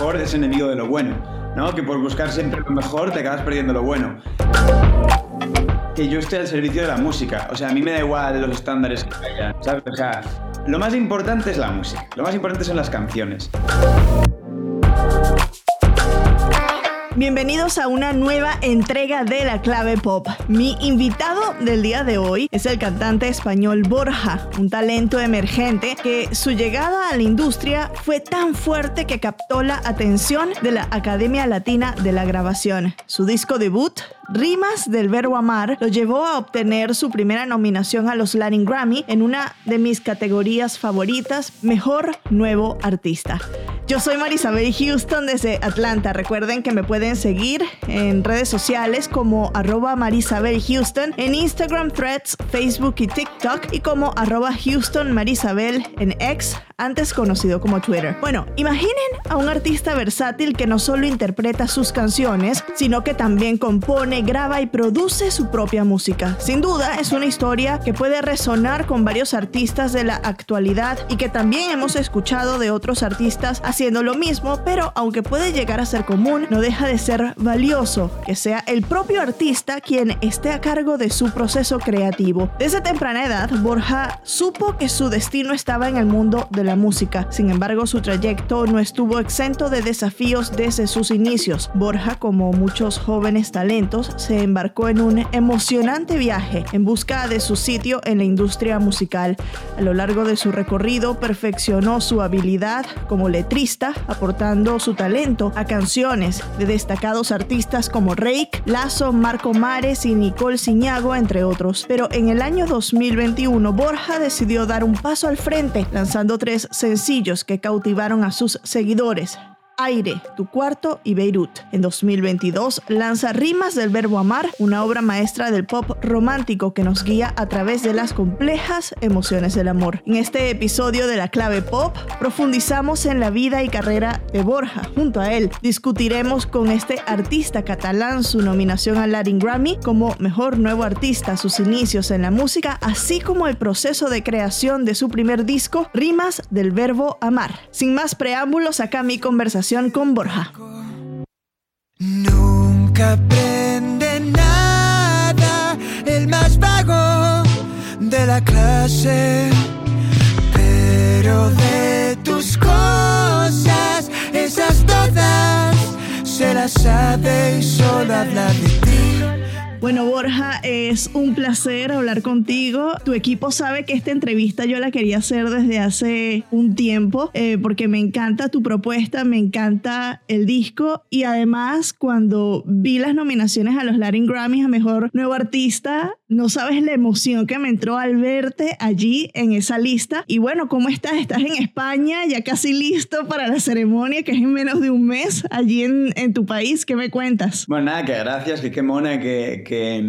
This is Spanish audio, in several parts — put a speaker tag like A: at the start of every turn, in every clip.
A: mejor es enemigo de lo bueno, ¿no? Que por buscar siempre lo mejor te acabas perdiendo lo bueno. Que yo estoy al servicio de la música, o sea, a mí me da igual los estándares que haya, ¿sabes? O sea, lo más importante es la música, lo más importante son las canciones.
B: Bienvenidos a una nueva entrega de La Clave Pop. Mi invitado del día de hoy es el cantante español Borja, un talento emergente que su llegada a la industria fue tan fuerte que captó la atención de la Academia Latina de la Grabación. Su disco debut, Rimas del Verbo Amar, lo llevó a obtener su primera nominación a los Latin Grammy en una de mis categorías favoritas, Mejor Nuevo Artista. Yo soy Marisabel Houston desde Atlanta. Recuerden que me pueden seguir en redes sociales como @MarisabelHouston, en Instagram, Threads, Facebook y TikTok, y como @HoustonMarisabel en X, antes conocido como Twitter. Bueno, imaginen a un artista versátil que no solo interpreta sus canciones, sino que también compone, graba y produce su propia música. Sin duda, es una historia que puede resonar con varios artistas de la actualidad y que también hemos escuchado de otros artistas haciendo lo mismo, pero aunque puede llegar a ser común, no deja de ser valioso que sea el propio artista quien esté a cargo de su proceso creativo. Desde temprana edad, Borja supo que su destino estaba en el mundo de la música. Sin embargo, su trayecto no estuvo exento de desafíos desde sus inicios. Borja, como muchos jóvenes talentos, se embarcó en un emocionante viaje en busca de su sitio en la industria musical. A lo largo de su recorrido, perfeccionó su habilidad como letrista, aportando su talento a canciones de destacados artistas como Reik, Lazo, Marco Mares y Nicole Ciñago, entre otros. Pero en el año 2021, Borja decidió dar un paso al frente, lanzando 3 sencillos que cautivaron a sus seguidores: Aire, Tu Cuarto y Beirut. En 2022 lanza Rimas del Verbo Amar, una obra maestra del pop romántico que nos guía a través de las complejas emociones del amor. En este episodio de La Clave Pop profundizamos en la vida y carrera de Borja. Junto a él discutiremos con este artista catalán su nominación al Latin Grammy como Mejor Nuevo Artista, sus inicios en la música, así como el proceso de creación de su primer disco, Rimas del Verbo Amar. Sin más preámbulos, acá mi conversación con Borja.
C: Nunca aprende nada el más vago de la clase, pero de tus cosas, esas todas se las sabe y solo habla de ti.
B: Bueno, Borja, es un placer hablar contigo. Tu equipo sabe que esta entrevista yo la quería hacer desde hace un tiempo porque me encanta tu propuesta, me encanta el disco, y además cuando vi las nominaciones a los Latin Grammys a Mejor Nuevo Artista, no sabes la emoción que me entró al verte allí en esa lista. Y bueno, ¿cómo estás? ¿Estás en España ya casi listo para la ceremonia, que es en menos de un mes allí en tu país? ¿Qué me cuentas?
A: Bueno, nada, que gracias, que qué mona que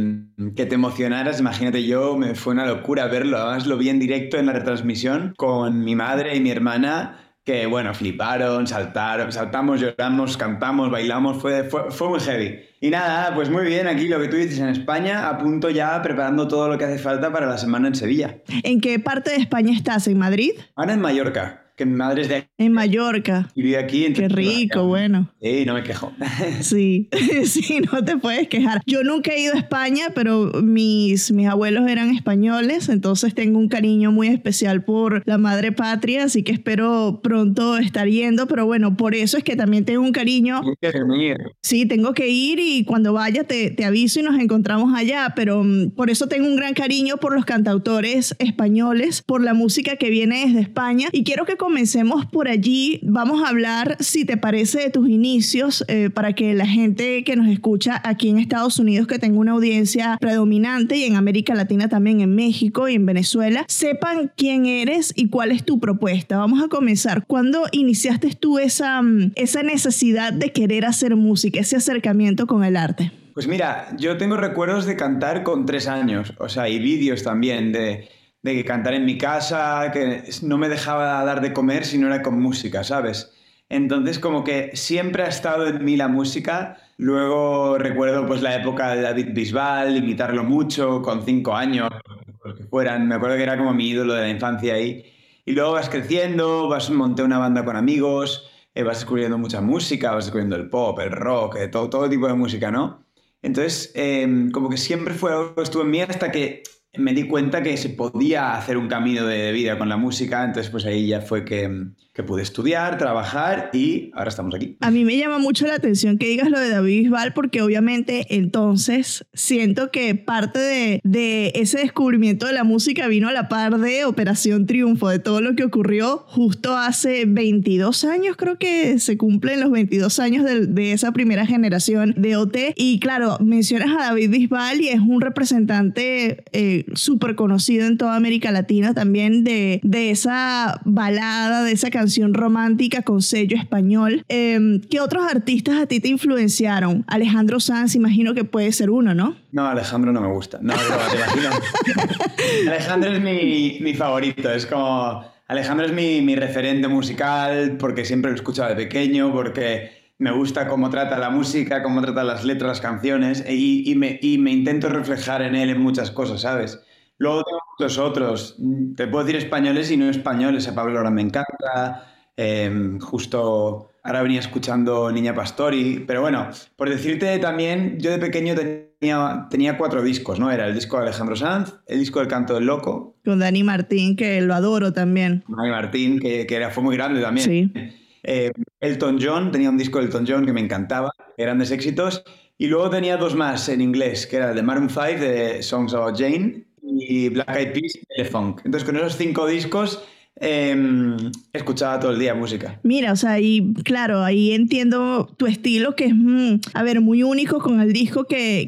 A: te emocionaras. Imagínate, me fue una locura verlo. Además lo vi en directo en la retransmisión con mi madre y mi hermana, que bueno, fliparon, saltamos, lloramos, cantamos, bailamos, fue muy heavy. Y nada, pues muy bien, aquí lo que tú dices, en España, a punto ya preparando todo lo que hace falta para la semana en Sevilla.
B: ¿En qué parte de España estás? ¿En Madrid?
A: Ahora en Mallorca, que mi madre es de aquí.
B: En Mallorca.
A: Y vive aquí.
B: Qué rico, bueno.
A: Sí, no me quejo.
B: Sí, sí, no te puedes quejar. Yo nunca he ido a España, pero mis abuelos eran españoles, entonces tengo un cariño muy especial por la madre patria, así que espero pronto estar yendo, pero bueno, por eso es que también tengo un cariño. Sí, tengo que ir y cuando vaya te aviso y nos encontramos allá, pero por eso tengo un gran cariño por los cantautores españoles, por la música que viene desde España, y quiero que comencemos por allí. Vamos a hablar, si te parece, de tus inicios, para que la gente que nos escucha aquí en Estados Unidos, que tenga una audiencia predominante, y en América Latina también, en México y en Venezuela, sepan quién eres y cuál es tu propuesta. Vamos a comenzar. ¿Cuándo iniciaste tú esa necesidad de querer hacer música, ese acercamiento con el arte?
A: Pues mira, yo tengo recuerdos de cantar con 3 años, o sea, y vídeos también de cantar en mi casa, que no me dejaba dar de comer si no era con música, ¿sabes? Entonces como que siempre ha estado en mí la música. Luego recuerdo pues la época de David Bisbal, imitarlo mucho, con 5 años, los que fueran. Me acuerdo que era como mi ídolo de la infancia ahí. Y luego vas creciendo, monté una banda con amigos, vas descubriendo mucha música, vas descubriendo el pop, el rock, todo tipo de música, ¿no? Entonces, como que siempre fue algo que estuvo en mí hasta que me di cuenta que se podía hacer un camino de vida con la música, entonces pues ahí ya fue que pude estudiar, trabajar y ahora estamos aquí.
B: A mí me llama mucho la atención que digas lo de David Bisbal porque obviamente entonces siento que parte de ese descubrimiento de la música vino a la par de Operación Triunfo, de todo lo que ocurrió justo hace 22 años, creo que se cumplen los 22 años de esa primera generación de OT. Y claro, mencionas a David Bisbal y es un representante súper conocido en toda América Latina también de esa balada, de esa canción romántica con sello español. ¿Qué otros artistas a ti te influenciaron? Alejandro Sanz, imagino que puede ser uno, ¿no?
A: No, Alejandro no me gusta. No, te imaginas. Alejandro es mi favorito. Es como... Alejandro es mi referente musical porque siempre lo he escuchado de pequeño, porque me gusta cómo trata la música, cómo trata las letras, las canciones y me intento reflejar en él en muchas cosas, ¿sabes? Luego tengo muchos otros. Te puedo decir españoles y no españoles. A Pablo Lorán me encanta. Justo ahora venía escuchando Niña Pastori. Pero bueno, por decirte también, yo de pequeño tenía 4 discos, ¿no? Era el disco de Alejandro Sanz, el disco del Canto del Loco.
B: Con Dani Martín, que lo adoro también.
A: Dani Martín, fue muy grande también.
B: Sí.
A: Elton John, tenía un disco de Elton John que me encantaba. Grandes éxitos. Y luego tenía 2 más en inglés, que era el de Maroon 5, de Songs About Jane, y Black Eyed Peas y The Funk. Entonces con esos 5 discos escuchaba todo el día música.
B: Mira, o sea, y claro, ahí entiendo tu estilo que es, muy único con el disco que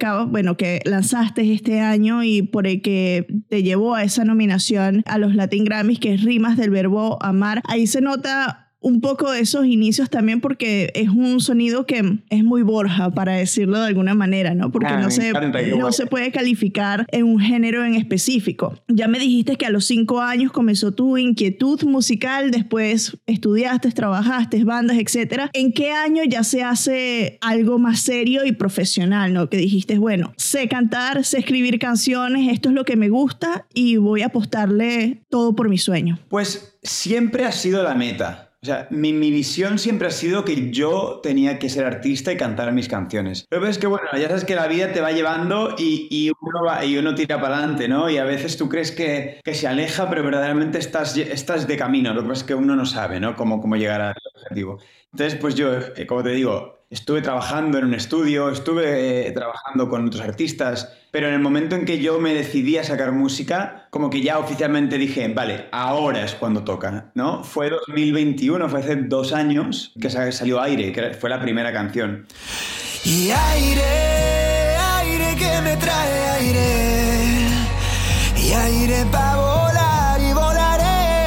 B: lanzaste este año y por el que te llevó a esa nominación a los Latin Grammys, que es Rimas del Verbo Amar. Ahí se nota un poco de esos inicios también porque es un sonido que es muy Borja, para decirlo de alguna manera, ¿no? Porque no se puede calificar en un género en específico. Ya me dijiste que a los 5 años comenzó tu inquietud musical, después estudiaste, trabajaste, bandas, etc. ¿En qué año ya se hace algo más serio y profesional, ¿no? Que dijiste, bueno, sé cantar, sé escribir canciones, esto es lo que me gusta y voy a apostarle todo por mi sueño.
A: Pues siempre ha sido la meta. O sea, mi visión siempre ha sido que yo tenía que ser artista y cantar mis canciones. Lo que pasa es que, bueno, ya sabes que la vida te va llevando y uno tira para adelante, ¿no? Y a veces tú crees que se aleja, pero verdaderamente estás de camino. Lo que pasa es que uno no sabe, ¿no? Cómo llegar al objetivo. Entonces, pues yo, como te digo, estuve trabajando en un estudio, estuve trabajando con otros artistas, pero en el momento en que yo me decidí a sacar música, como que ya oficialmente dije, vale, ahora es cuando toca, ¿no? Fue 2021, fue hace 2 años que salió Aire, que fue la primera canción.
C: Y aire, aire que me trae aire, y aire pa' volar y volaré.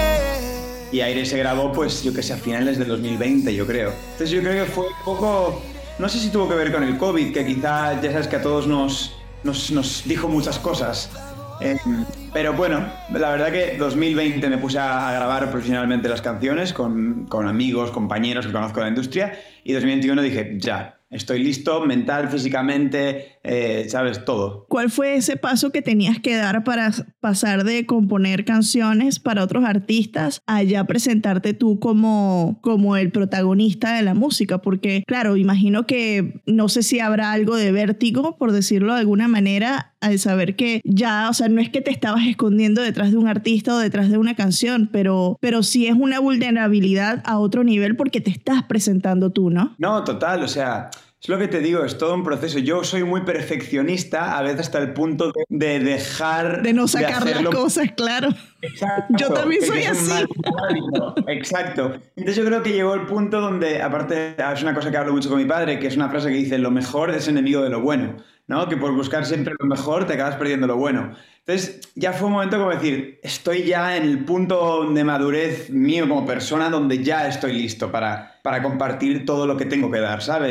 A: Y Aire se grabó, pues yo que sé, a finales del 2020, yo creo. Entonces yo creo que fue un poco... No sé si tuvo que ver con el COVID, que quizá, ya sabes que a todos nos dijo muchas cosas. Pero bueno, la verdad que 2020 me puse a grabar profesionalmente las canciones con amigos, compañeros que conozco de la industria, y 2021 dije, ya, estoy listo mental, físicamente, sabes, todo.
B: ¿Cuál fue ese paso que tenías que dar para pasar de componer canciones para otros artistas a ya presentarte tú como el protagonista de la música? Porque, claro, imagino que no sé si habrá algo de vértigo, por decirlo de alguna manera, al saber que ya, o sea, no es que te estabas escondiendo detrás de un artista o detrás de una canción, pero sí es una vulnerabilidad a otro nivel porque te estás presentando tú, ¿no?
A: No, total, o sea... Es lo que te digo, es todo un proceso. Yo soy muy perfeccionista, a veces hasta el punto de dejar...
B: De no sacar las cosas, claro.
A: Exacto.
B: Yo también soy así.
A: Exacto. Entonces yo creo que llegó el punto donde, aparte, es una cosa que hablo mucho con mi padre, que es una frase que dice, lo mejor es enemigo de lo bueno, ¿no? Que por buscar siempre lo mejor te acabas perdiendo lo bueno. Entonces ya fue un momento como decir, estoy ya en el punto de madurez mío como persona donde ya estoy listo para compartir todo lo que tengo que dar, ¿sabes?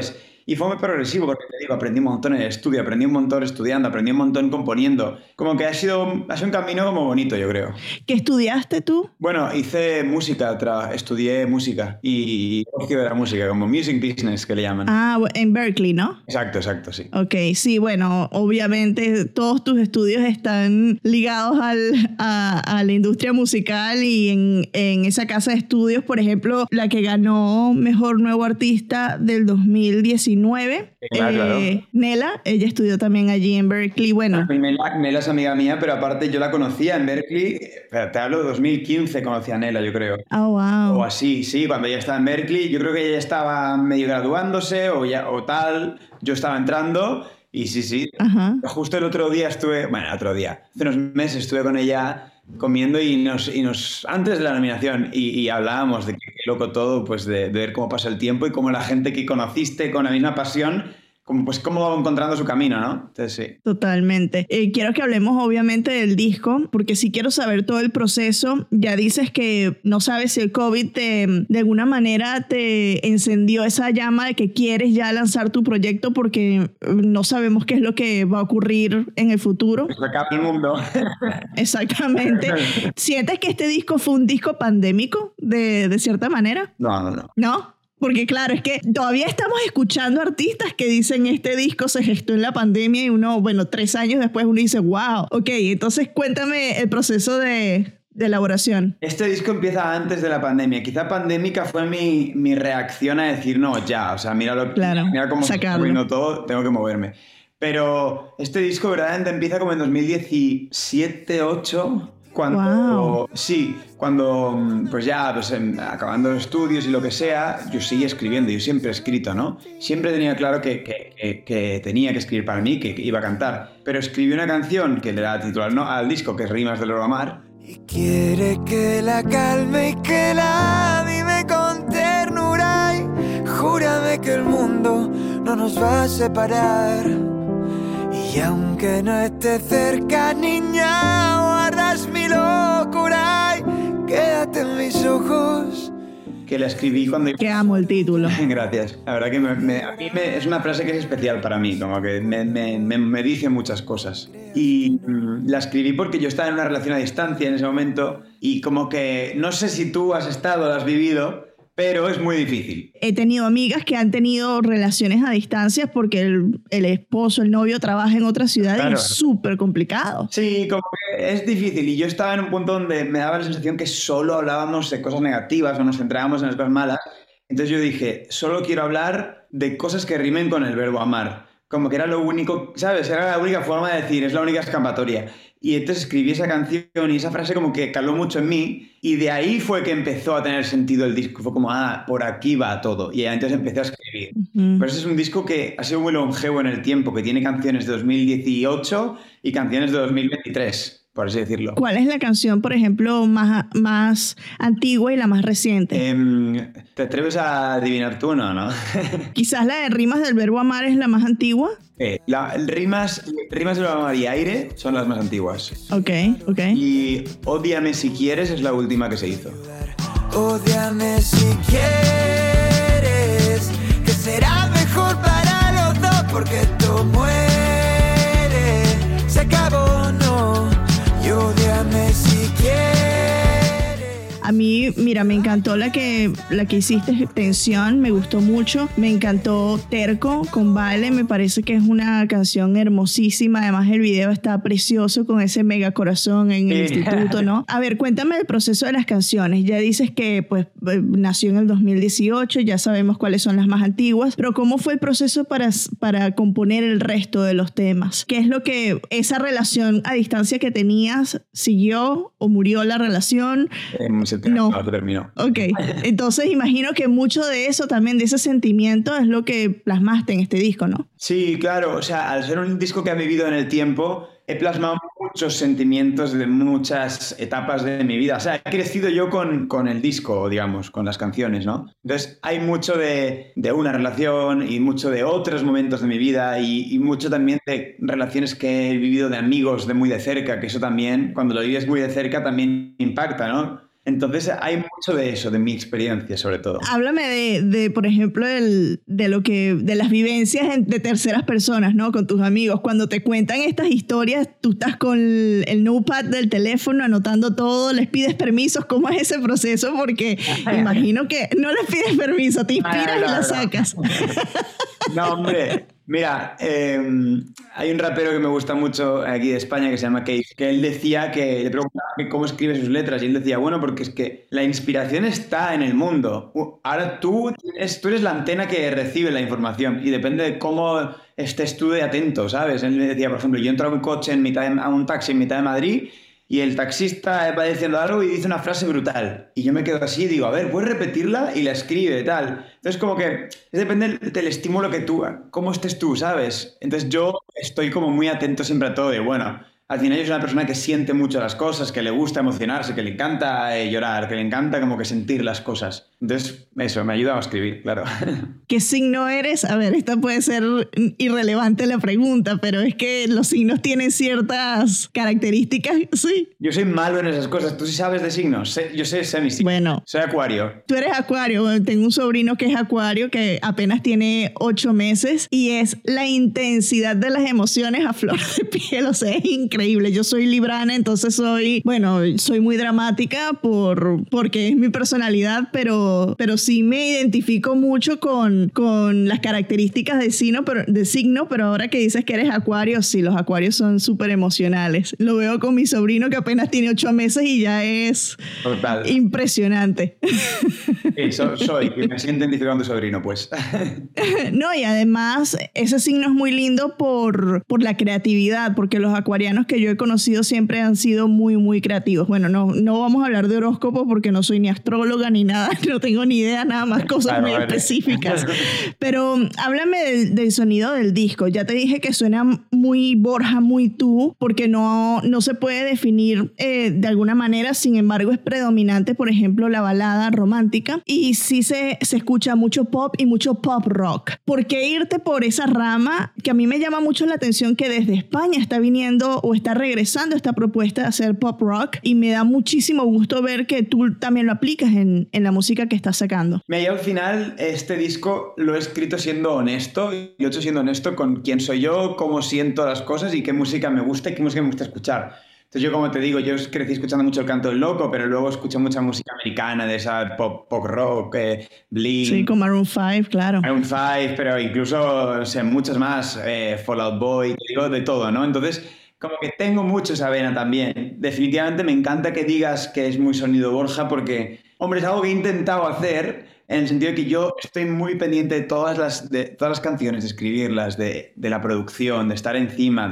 A: Y fue muy progresivo, porque te digo, aprendí un montón en el estudio, aprendí un montón estudiando, aprendí un montón componiendo. Como que ha sido un camino como bonito, yo creo.
B: ¿Qué estudiaste tú?
A: Bueno, hice música, estudié música y negocio de la música, como music business que le llaman.
B: Ah, en Berkeley, ¿no?
A: Exacto, sí.
B: Ok, sí, bueno, obviamente todos tus estudios están ligados a la industria musical y en esa casa de estudios, por ejemplo, la que ganó Mejor Nuevo Artista del 2019,
A: Claro.
B: Nela, ella estudió también allí en Berkeley, bueno.
A: Nela es amiga mía, pero aparte yo la conocía en Berkeley, te hablo de 2015, conocí a Nela, yo creo.
B: Oh, wow.
A: O así, sí, cuando ella estaba en Berkeley, yo creo que ella estaba medio graduándose o tal, yo estaba entrando y sí.
B: Ajá.
A: Justo el otro día hace unos meses estuve con ella comiendo y antes de la nominación y hablábamos de que qué loco todo, pues de ver cómo pasa el tiempo y cómo la gente que conociste con la misma pasión, cómo va encontrando su camino, ¿no? Entonces sí.
B: Totalmente. Quiero que hablemos obviamente del disco, porque sí quiero saber todo el proceso. Ya dices que no sabes si el COVID de alguna manera te encendió esa llama de que quieres ya lanzar tu proyecto porque no sabemos qué es lo que va a ocurrir en el futuro.
A: Se acaba el mundo.
B: Exactamente. ¿Sientes que este disco fue un disco pandémico de cierta manera?
A: No.
B: ¿No? Porque claro, es que todavía estamos escuchando artistas que dicen este disco se gestó en la pandemia y uno, 3 años después uno dice, wow, ok, entonces cuéntame el proceso de elaboración.
A: Este disco empieza antes de la pandemia. Quizá pandémica fue mi reacción a decir, no, ya, o sea, mira cómo se está moviendo todo, tengo que moverme. Pero este disco verdaderamente empieza como en 2017-8. Cuando, sí, pues ya acabando los estudios y lo que sea, yo seguía escribiendo, yo siempre he escrito, ¿no? Siempre tenía claro que tenía que escribir para mí, que iba a cantar, pero escribí una canción que le da título al disco, que es Rimas del Verbo Amar.
C: Y quiere que la calme y que la vive con ternura y júrame que el mundo no nos va a separar. Y aunque no esté cerca, niña, guardas mi locura y quédate en mis ojos.
A: Que la escribí cuando...
B: Que amo el título.
A: Gracias. La verdad que a mí es una frase que es especial para mí, como que me dice muchas cosas. Y la escribí porque yo estaba en una relación a distancia en ese momento y como que no sé si tú has estado, lo has vivido, pero es muy difícil.
B: He tenido amigas que han tenido relaciones a distancia porque el esposo, el novio trabaja en otra ciudad. Claro. Y es súper complicado.
A: Sí, como que es difícil. Y yo estaba en un punto donde me daba la sensación que solo hablábamos de cosas negativas o nos centrábamos en las cosas malas. Entonces yo dije, solo quiero hablar de cosas que rimen con el verbo amar. Como que era lo único, ¿sabes? Era la única forma de decir, es la única escapatoria. Y entonces escribí esa canción y esa frase como que caló mucho en mí y de ahí fue que empezó a tener sentido el disco. Fue como, por aquí va todo. Y entonces empecé a escribir. Pero ese es un disco que ha sido muy longevo en el tiempo, que tiene canciones de 2018 y canciones de 2023. Por así decirlo.
B: ¿Cuál es la canción, por ejemplo, más antigua y la más reciente?
A: ¿Te atreves a adivinar tú o no?
B: Quizás la de Rimas del Verbo Amar es la más antigua.
A: Rimas del Verbo Amar y Aire son las más antiguas.
B: Ok.
C: Y
A: Ódiame si quieres es la última que se hizo.
C: Ódiame si quieres, que será mejor para los dos porque tú mueres, se acabó, no. Y ódiame si quieres.
B: A mí, mira, me encantó la que hiciste, Tensión, me gustó mucho. Me encantó Terco con Vale, me parece que es una canción hermosísima. Además, el video está precioso con ese mega corazón en el instituto, ¿no? A ver, cuéntame el proceso de las canciones. Ya dices que pues nació en el 2018, ya sabemos cuáles son las más antiguas, pero ¿cómo fue el proceso para componer el resto de los temas? ¿Qué es lo que esa relación a distancia que tenías siguió o murió la relación?
A: No, terminó.
B: Ok, entonces imagino que mucho de eso también, de ese sentimiento, es lo que plasmaste en este disco, ¿no?
A: Sí, claro, o sea, al ser un disco que ha vivido en el tiempo, he plasmado muchos sentimientos de muchas etapas de mi vida. O sea, he crecido yo con el disco, digamos, con las canciones, ¿no? Entonces, hay mucho de una relación y mucho de otros momentos de mi vida y mucho también de relaciones que he vivido de amigos de muy de cerca, que eso también, cuando lo vives muy de cerca, también impacta, ¿no? Entonces hay mucho de eso, de mi experiencia sobre todo.
B: Háblame por ejemplo, de las vivencias de terceras personas, ¿no? Con tus amigos. Cuando te cuentan estas historias, tú estás con el notepad del teléfono anotando todo, les pides permisos. ¿Cómo es ese proceso? Porque imagino que no les pides permiso, te inspiras y la sacas.
A: No, hombre. Mira, hay un rapero que me gusta mucho aquí de España que se llama Case, que él decía que le preguntaba que cómo escribe sus letras y él decía, bueno, porque es que la inspiración está en el mundo. Ahora tú eres la antena que recibe la información y depende de cómo estés tú de atento, ¿sabes? Él me decía, por ejemplo, yo entro a un coche a un taxi en mitad de Madrid y el taxista va diciendo algo y dice una frase brutal. Y yo me quedo así y digo, a ver, ¿puedes repetirla? Y la escribe, tal. Entonces, como que depende del estímulo que tú, cómo estés tú, ¿sabes? Entonces, yo estoy como muy atento siempre a todo. Y bueno, al final yo soy una persona que siente mucho las cosas, que le gusta emocionarse, que le encanta llorar, que le encanta como que sentir las cosas. Entonces, eso, me ayuda a escribir, claro.
B: ¿Qué signo eres? A ver, esta puede ser irrelevante la pregunta, pero es que los signos tienen ciertas características, sí.
A: Yo soy malo en esas cosas. ¿Tú sí sabes de signos? Yo sé mi signo.
B: Bueno.
A: Soy Acuario.
B: Tú eres Acuario. Tengo un sobrino que es Acuario, que apenas tiene 8 meses y es la intensidad de las emociones a flor de piel. O sea, es increíble. Yo soy librana, entonces soy muy dramática porque es mi personalidad, pero sí me identifico mucho con las características de signo, pero ahora que dices que eres Acuario, sí, los Acuarios son súper emocionales. Lo veo con mi sobrino que apenas tiene 8 meses y ya es total. Impresionante.
A: Sí, me siento identificado con tu sobrino, pues.
B: No, y además ese signo es muy lindo por la creatividad, porque los acuarianos que yo he conocido siempre han sido muy, muy creativos. Bueno, no vamos a hablar de horóscopo porque no soy ni astróloga ni nada, no tengo ni idea, nada más cosas muy específicas. Pero háblame del sonido del disco. Ya te dije que suena muy Borja, muy tú, porque no se puede definir de alguna manera, sin embargo es predominante, por ejemplo, la balada romántica y sí se escucha mucho pop y mucho pop rock. ¿Por qué irte por esa rama? Que a mí me llama mucho la atención que desde España está viniendo o está regresando esta propuesta de hacer pop rock y me da muchísimo gusto ver que tú también lo aplicas en la música que estás sacando.
A: Mira, yo al final este disco lo he escrito siendo honesto y lo he hecho siendo honesto con quién soy yo, cómo siento las cosas y qué música me gusta y qué música me gusta escuchar. Entonces yo, como te digo, yo crecí escuchando mucho El Canto del Loco, pero luego escuché mucha música americana, de esa pop rock, Blink.
B: Sí, como Maroon 5, claro.
A: Maroon 5, pero incluso, o sea, muchas más, Fall Out Boy, te digo de todo, ¿no? Entonces, como que tengo mucho esa vena también. Definitivamente me encanta que digas que es muy sonido Borja porque, hombre, es algo que he intentado hacer en el sentido de que yo estoy muy pendiente de todas las canciones, de escribirlas, de la producción, de estar encima,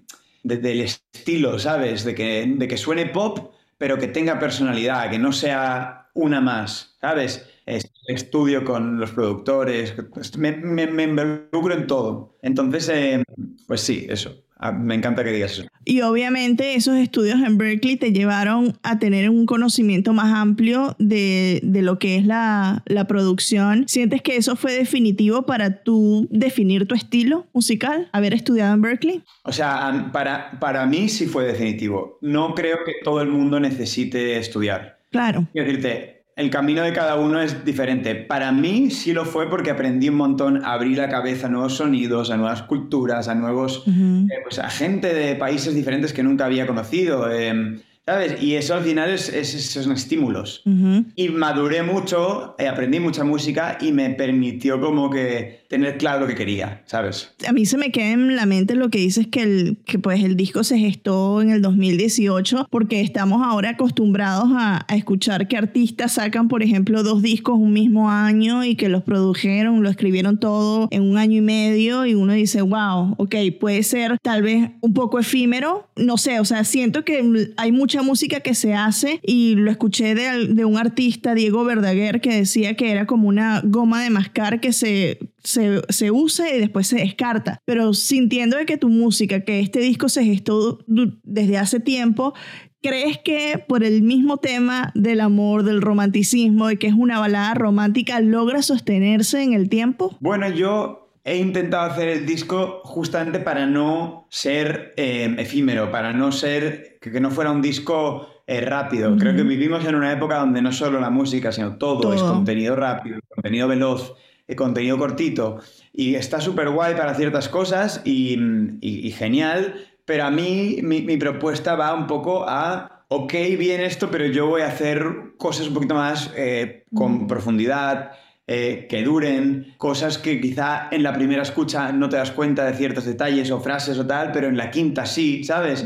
A: del estilo, ¿sabes? De que suene pop, pero que tenga personalidad, que no sea una más, ¿sabes? Estudio con los productores, me involucro en todo. Entonces, pues sí, eso. Me encanta que digas eso.
B: Y obviamente esos estudios en Berklee te llevaron a tener un conocimiento más amplio de lo que es la producción. ¿Sientes que eso fue definitivo para tú definir tu estilo musical, haber estudiado en Berklee?
A: O sea, para mí sí fue definitivo. No creo que todo el mundo necesite estudiar.
B: Claro.
A: Quiero decirte, el camino de cada uno es diferente. Para mí sí lo fue porque aprendí un montón a abrir la cabeza a nuevos sonidos, a nuevas culturas, a nuevos... pues a gente de países diferentes que nunca había conocido, ¿sabes? Y eso al final son estímulos. Y maduré mucho, aprendí mucha música y me permitió como que tener claro lo que quería, ¿sabes?
B: A mí se me queda en la mente lo que dices que pues el disco se gestó en el 2018 porque estamos ahora acostumbrados a escuchar que artistas sacan, por ejemplo, 2 discos un mismo año y que los produjeron, lo escribieron todo en 1 año y medio y uno dice, wow, ok, puede ser tal vez un poco efímero, no sé, o sea, siento que hay mucha música que se hace y lo escuché de un artista, Diego Verdaguer, que decía que era como una goma de mascar que se usa y después se descarta, pero sintiendo de que tu música, que este disco se gestó desde hace tiempo, ¿crees que por el mismo tema del amor, del romanticismo, de que es una balada romántica, logra sostenerse en el tiempo?
A: Bueno, yo he intentado hacer el disco justamente para no ser efímero, para no ser, que no fuera un disco rápido. Creo que vivimos en una época donde no solo la música, sino todo es contenido rápido, contenido veloz, contenido cortito. Y está súper guay para ciertas cosas y genial, pero a mí mi propuesta va un poco a, ok, bien esto, pero yo voy a hacer cosas un poquito más con profundidad, que duren, cosas que quizá en la primera escucha no te das cuenta de ciertos detalles o frases o tal, pero en la quinta sí, ¿sabes?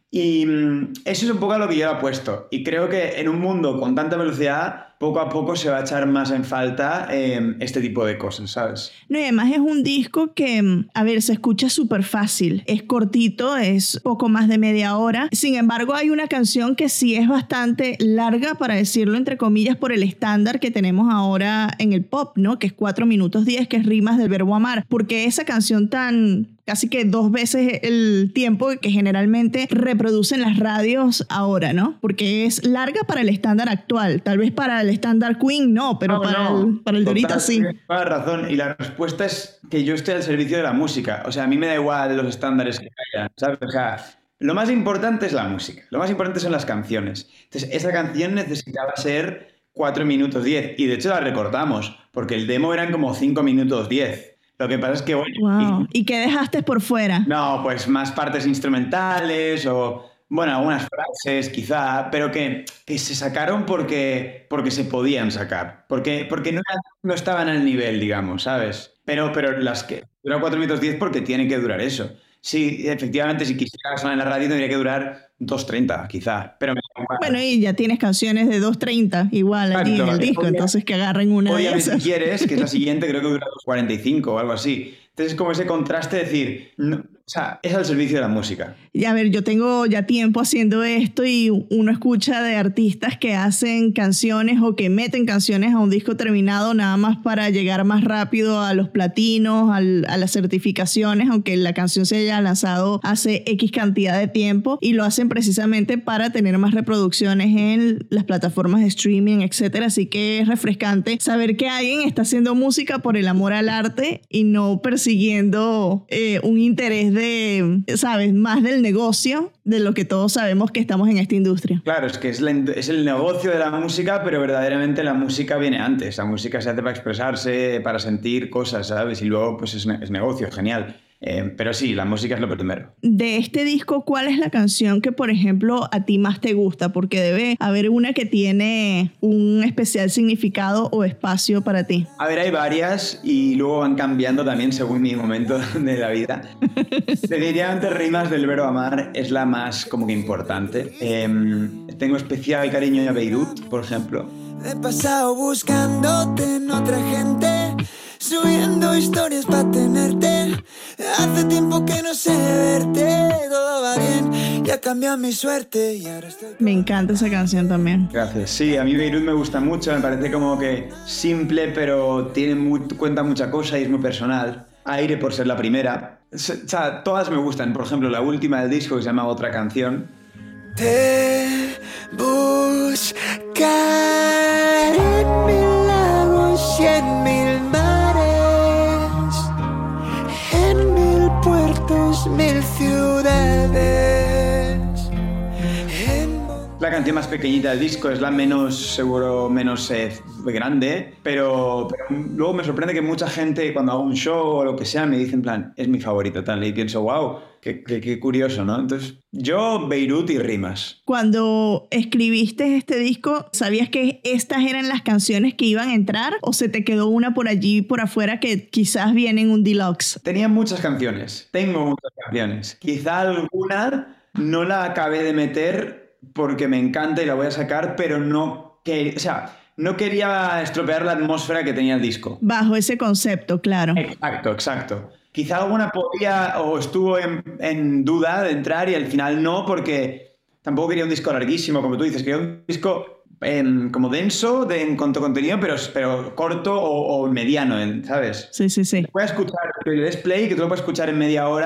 A: Y eso es un poco a lo que yo he apuesto. Y creo que en un mundo con tanta velocidad, poco a poco se va a echar más en falta este tipo de cosas, ¿sabes?
B: No, y además es un disco que, a ver, se escucha súper fácil. Es cortito, es poco más de media hora. Sin embargo, hay una canción que sí es bastante larga, para decirlo entre comillas, por el estándar que tenemos ahora en el pop, ¿no? Que es 4 minutos 10, que es rimas del verbo amar. Porque esa canción casi que 2 veces el tiempo que generalmente reproducen las radios ahora, ¿no? Porque es larga para el estándar actual. Tal vez para el estándar Queen no, pero para el de ahorita sí.
A: Tienes razón. Y la respuesta es que yo estoy al servicio de la música. O sea, a mí me da igual los estándares que haya, ¿sabes? O sea, lo más importante es la música. Lo más importante son las canciones. Entonces, esa canción necesitaba ser 4 minutos 10. Y de hecho la recortamos, porque el demo eran como 5 minutos 10. Lo que pasa es que...
B: Wow. ¿Y qué dejaste por fuera?
A: No, pues más partes instrumentales o, bueno, algunas frases quizá, pero que se sacaron porque se podían sacar. Porque no estaban al nivel, digamos, ¿sabes? Pero las que duran 4 minutos 10 porque tiene que durar eso. Sí, efectivamente, si quisiera sonar en la radio tendría que durar 2:30, quizá. Pero
B: bueno, y ya tienes canciones de 2:30 igual allí en el disco, entonces que agarren una de esas.
A: Si quieres, que es la siguiente, creo que dura 2:45 o algo así. Entonces es como ese contraste de decir, no, o sea, es al servicio de la música.
B: Y a ver, yo tengo ya tiempo haciendo esto y uno escucha de artistas que hacen canciones o que meten canciones a un disco terminado nada más para llegar más rápido a los platinos, a las certificaciones, aunque la canción se haya lanzado hace X cantidad de tiempo, y lo hacen precisamente para tener más reproducciones en las plataformas de streaming, etcétera. Así que es refrescante saber que alguien está haciendo música por el amor al arte y no persiguiendo un interés de, ¿sabes?, más del negocio de lo que todos sabemos que estamos en esta industria.
A: Claro, es que es el negocio de la música, pero verdaderamente la música viene antes. La música se hace para expresarse, para sentir cosas, ¿sabes? Y luego pues es negocio, genial. Pero sí, la música es lo primero.
B: De este disco, ¿cuál es la canción que, por ejemplo, a ti más te gusta? Porque debe haber una que tiene un especial significado o espacio para ti.
A: A ver, hay varias y luego van cambiando también según mi momento de la vida. Definitivamente Rimas del verbo amar es la más como que importante. Tengo especial cariño a Beirut, por ejemplo.
C: He pasado buscándote en otra gente, subiendo historias para tenerte. Hace tiempo que no sé verte, todo va bien, ya cambió mi suerte y ahora estoy...
B: Me encanta esa canción también.
A: Gracias. Sí, a mí Beirut me gusta mucho, me parece como que simple, pero cuenta mucha cosa y es muy personal. Aire por ser la primera. O sea, todas me gustan. Por ejemplo, la última del disco que se llama Otra Canción.
C: Te buscaré en 1000 lagos y en 1000 mares, en 1000 puertos, 1000 ciudades.
A: La canción más pequeñita del disco es la menos grande, pero luego me sorprende que mucha gente cuando hago un show o lo que sea me dice en plan, es mi favorita tal, y pienso, wow, qué curioso, ¿no? Entonces, yo Beirut y Rimas.
B: Cuando escribiste este disco, ¿sabías que estas eran las canciones que iban a entrar o se te quedó una por allí por afuera que quizás viene en un deluxe?
A: Tenía muchas canciones, tengo muchas canciones. Quizá alguna no la acabé de meter porque me encanta y la voy a sacar, pero no quería estropear la atmósfera que tenía el disco.
B: Bajo ese concepto, claro.
A: Exacto. Quizá alguna podía o estuvo en duda de entrar y al final no, porque tampoco quería un disco larguísimo, como tú dices, quería un disco como denso en cuanto a contenido, pero corto o mediano, ¿sabes?
B: Sí.
A: Voy a escuchar, que le des play, que tú lo puedes escuchar en media hora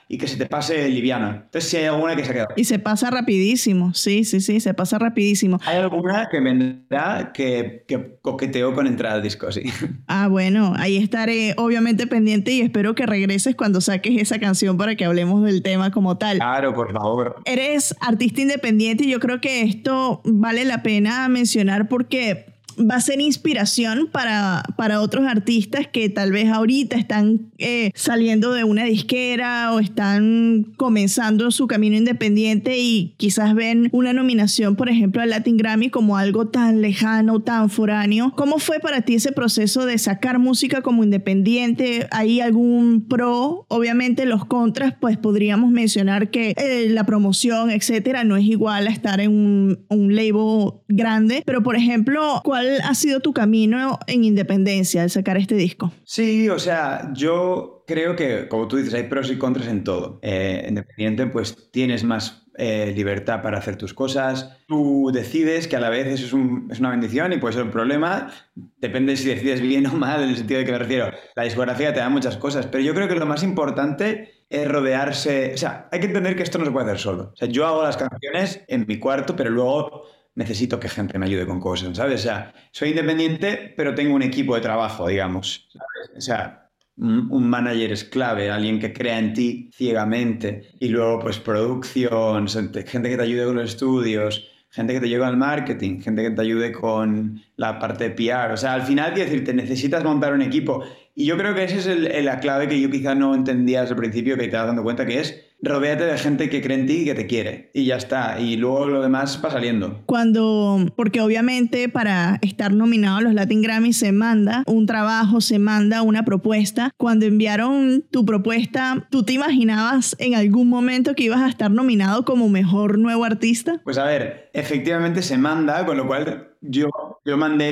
A: y que se te pase liviana. Entonces sí hay alguna que se ha quedado.
B: Y se pasa rapidísimo, sí, se pasa rapidísimo.
A: Hay alguna que vendrá que coqueteó con entrar al disco, sí.
B: Ah, bueno, ahí estaré obviamente pendiente y espero que regreses cuando saques esa canción para que hablemos del tema como tal.
A: Claro, por favor.
B: Eres artista independiente y yo creo que esto vale la pena mencionar porque va a ser inspiración para otros artistas que tal vez ahorita están saliendo de una disquera o están comenzando su camino independiente y quizás ven una nominación, por ejemplo, al Latin Grammy como algo tan lejano, tan foráneo. ¿Cómo fue para ti ese proceso de sacar música como independiente? ¿Hay algún pro? Obviamente los contras, pues podríamos mencionar que la promoción, etcétera, no es igual a estar en un label grande, pero por ejemplo, ¿cuál ha sido tu camino en independencia al sacar este disco?
A: Sí, o sea, yo creo que, como tú dices, hay pros y contras en todo. Independiente, pues tienes más libertad para hacer tus cosas. Tú decides, que a la vez eso es una bendición y puede ser un problema. Depende si decides bien o mal, en el sentido de que me refiero. La discografía te da muchas cosas, pero yo creo que lo más importante es rodearse. O sea, hay que entender que esto no se puede hacer solo. O sea, yo hago las canciones en mi cuarto, pero luego necesito que gente me ayude con cosas, ¿sabes? O sea, soy independiente, pero tengo un equipo de trabajo, digamos, ¿sabes? O sea, un manager es clave, alguien que crea en ti ciegamente. Y luego, pues, producción, gente que te ayude con los estudios, gente que te ayude al marketing, gente que te ayude con la parte de PR. O sea, al final, quiero decir, te necesitas montar un equipo. Y yo creo que esa es la clave que yo quizá no entendía desde el principio, que te vas dando cuenta, que es rodéate de gente que cree en ti y que te quiere. Y ya está. Y luego lo demás va saliendo.
B: Porque obviamente para estar nominado a los Latin Grammy se manda un trabajo, se manda una propuesta. Cuando enviaron tu propuesta, ¿tú te imaginabas en algún momento que ibas a estar nominado como mejor nuevo artista?
A: Pues a ver, efectivamente se manda, con lo cual yo mandé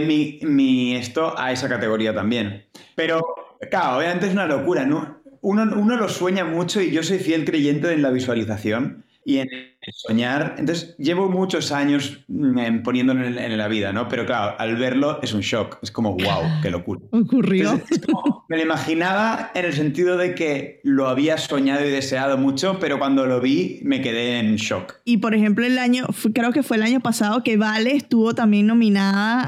A: mi esto a esa categoría también. Pero, claro, obviamente es una locura, ¿no? Uno lo sueña mucho y yo soy fiel creyente en la visualización y en soñar. Entonces, llevo muchos años poniéndolo en la vida, ¿no? Pero claro, al verlo es un shock. Es como, wow, qué locura.
B: ¿Ocurrió?
A: Entonces, es como, me lo imaginaba en el sentido de que lo había soñado y deseado mucho, pero cuando lo vi me quedé en shock.
B: Y por ejemplo, creo que fue el año pasado que Vale estuvo también nominada,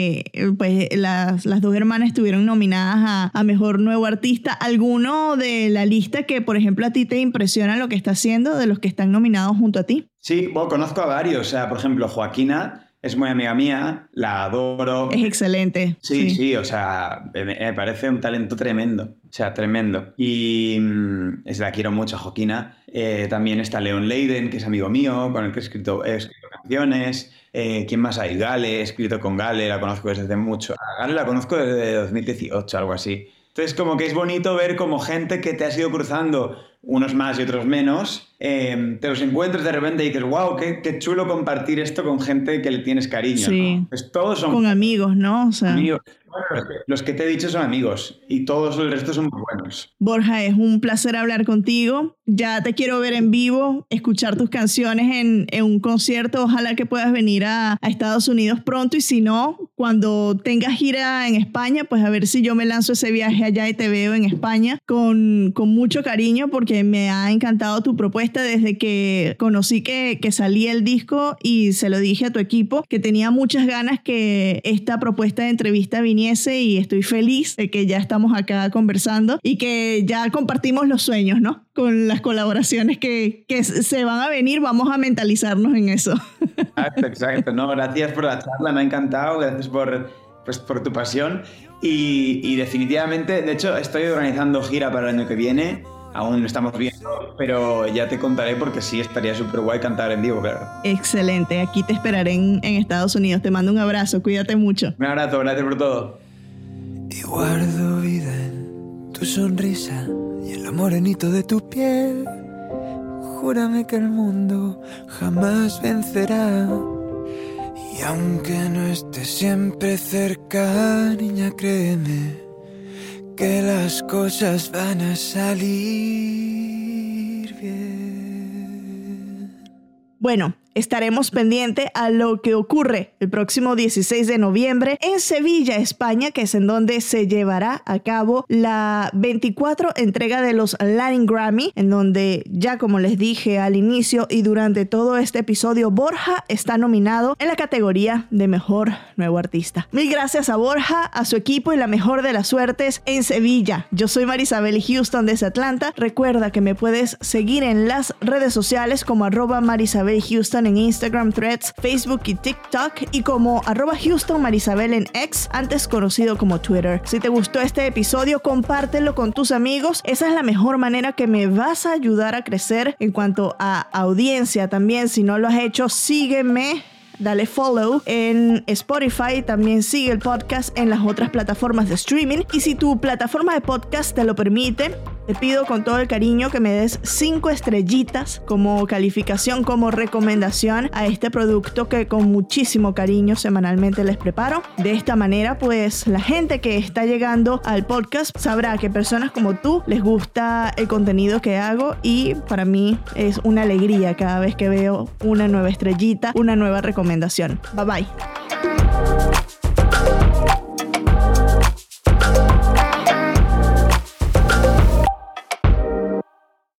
B: pues las dos hermanas estuvieron nominadas a Mejor Nuevo Artista. ¿Alguno de la lista que, por ejemplo, a ti te impresiona lo que está haciendo de los que están nominados junto a ti?
A: Sí, bueno, conozco a varios. O sea, por ejemplo, Joaquina es muy amiga mía, la adoro.
B: Es excelente.
A: Sí, o sea, me parece un talento tremendo. O sea, tremendo. Y la quiero mucho a Joaquina. También está Leon Leiden, que es amigo mío, con el que he escrito canciones. ¿Quién más hay? Gale, he escrito con Gale, la conozco desde hace mucho. A Gale la conozco desde 2018, algo así. Entonces, como que es bonito ver como gente que te has ido cruzando, unos más y otros menos, te los encuentras de repente y dices, wow, qué chulo compartir esto con gente que le tienes cariño.
B: Sí.
A: ¿No? Pues todos son
B: con amigos, ¿no? O sea,
A: amigos. Bueno, los que te he dicho son amigos y todos el resto son muy buenos.
B: Borja, es un placer hablar contigo. Ya te quiero ver en vivo, escuchar tus canciones en un concierto. Ojalá que puedas venir a Estados Unidos pronto y si no, cuando tengas gira en España, pues a ver si yo me lanzo ese viaje allá y te veo en España con mucho cariño porque me ha encantado tu propuesta desde que conocí que salía el disco y se lo dije a tu equipo que tenía muchas ganas que esta propuesta de entrevista viniese y estoy feliz de que ya estamos acá conversando y que ya compartimos los sueños, ¿no? Con las colaboraciones que se van a venir, vamos a mentalizarnos en eso.
A: Exacto. No, gracias por la charla, me ha encantado, gracias por tu pasión y definitivamente, de hecho, estoy organizando gira para el año que viene, aún no estamos viendo, pero ya te contaré porque sí, estaría súper guay cantar en vivo, claro.
B: Excelente, aquí te esperaré en Estados Unidos, te mando un abrazo, cuídate mucho.
A: Un abrazo, gracias por todo.
C: Y guardo vida en tu sonrisa y en lo morenito de tu piel. Júrame que el mundo jamás vencerá. Y aunque no estés siempre cerca, niña, créeme que las cosas van a salir bien.
B: Bueno, Estaremos pendientes a lo que ocurre el próximo 16 de noviembre en Sevilla, España, que es en donde se llevará a cabo la 24 entrega de los Latin Grammy, en donde ya como les dije al inicio y durante todo este episodio, Borja está nominado en la categoría de Mejor Nuevo Artista. Mil gracias a Borja, a su equipo y la mejor de las suertes en Sevilla. Yo soy Marisabel Houston desde Atlanta. Recuerda que me puedes seguir en las redes sociales como @MarisabelHouston en Instagram, Threads, Facebook y TikTok, y como @HoustonMarisabel en X, antes conocido como Twitter. Si te gustó este episodio, compártelo con tus amigos. Esa es la mejor manera que me vas a ayudar a crecer en cuanto a audiencia. También, si no lo has hecho, sígueme. Dale follow en Spotify, también sigue el podcast en las otras plataformas de streaming, y si tu plataforma de podcast te lo permite, te pido con todo el cariño que me des 5 estrellitas como calificación, como recomendación a este producto que con muchísimo cariño semanalmente les preparo. De esta manera, pues la gente que está llegando al podcast sabrá que personas como tú les gusta el contenido que hago, y para mí es una alegría cada vez que veo una nueva estrellita, una nueva recomendación. Bye bye.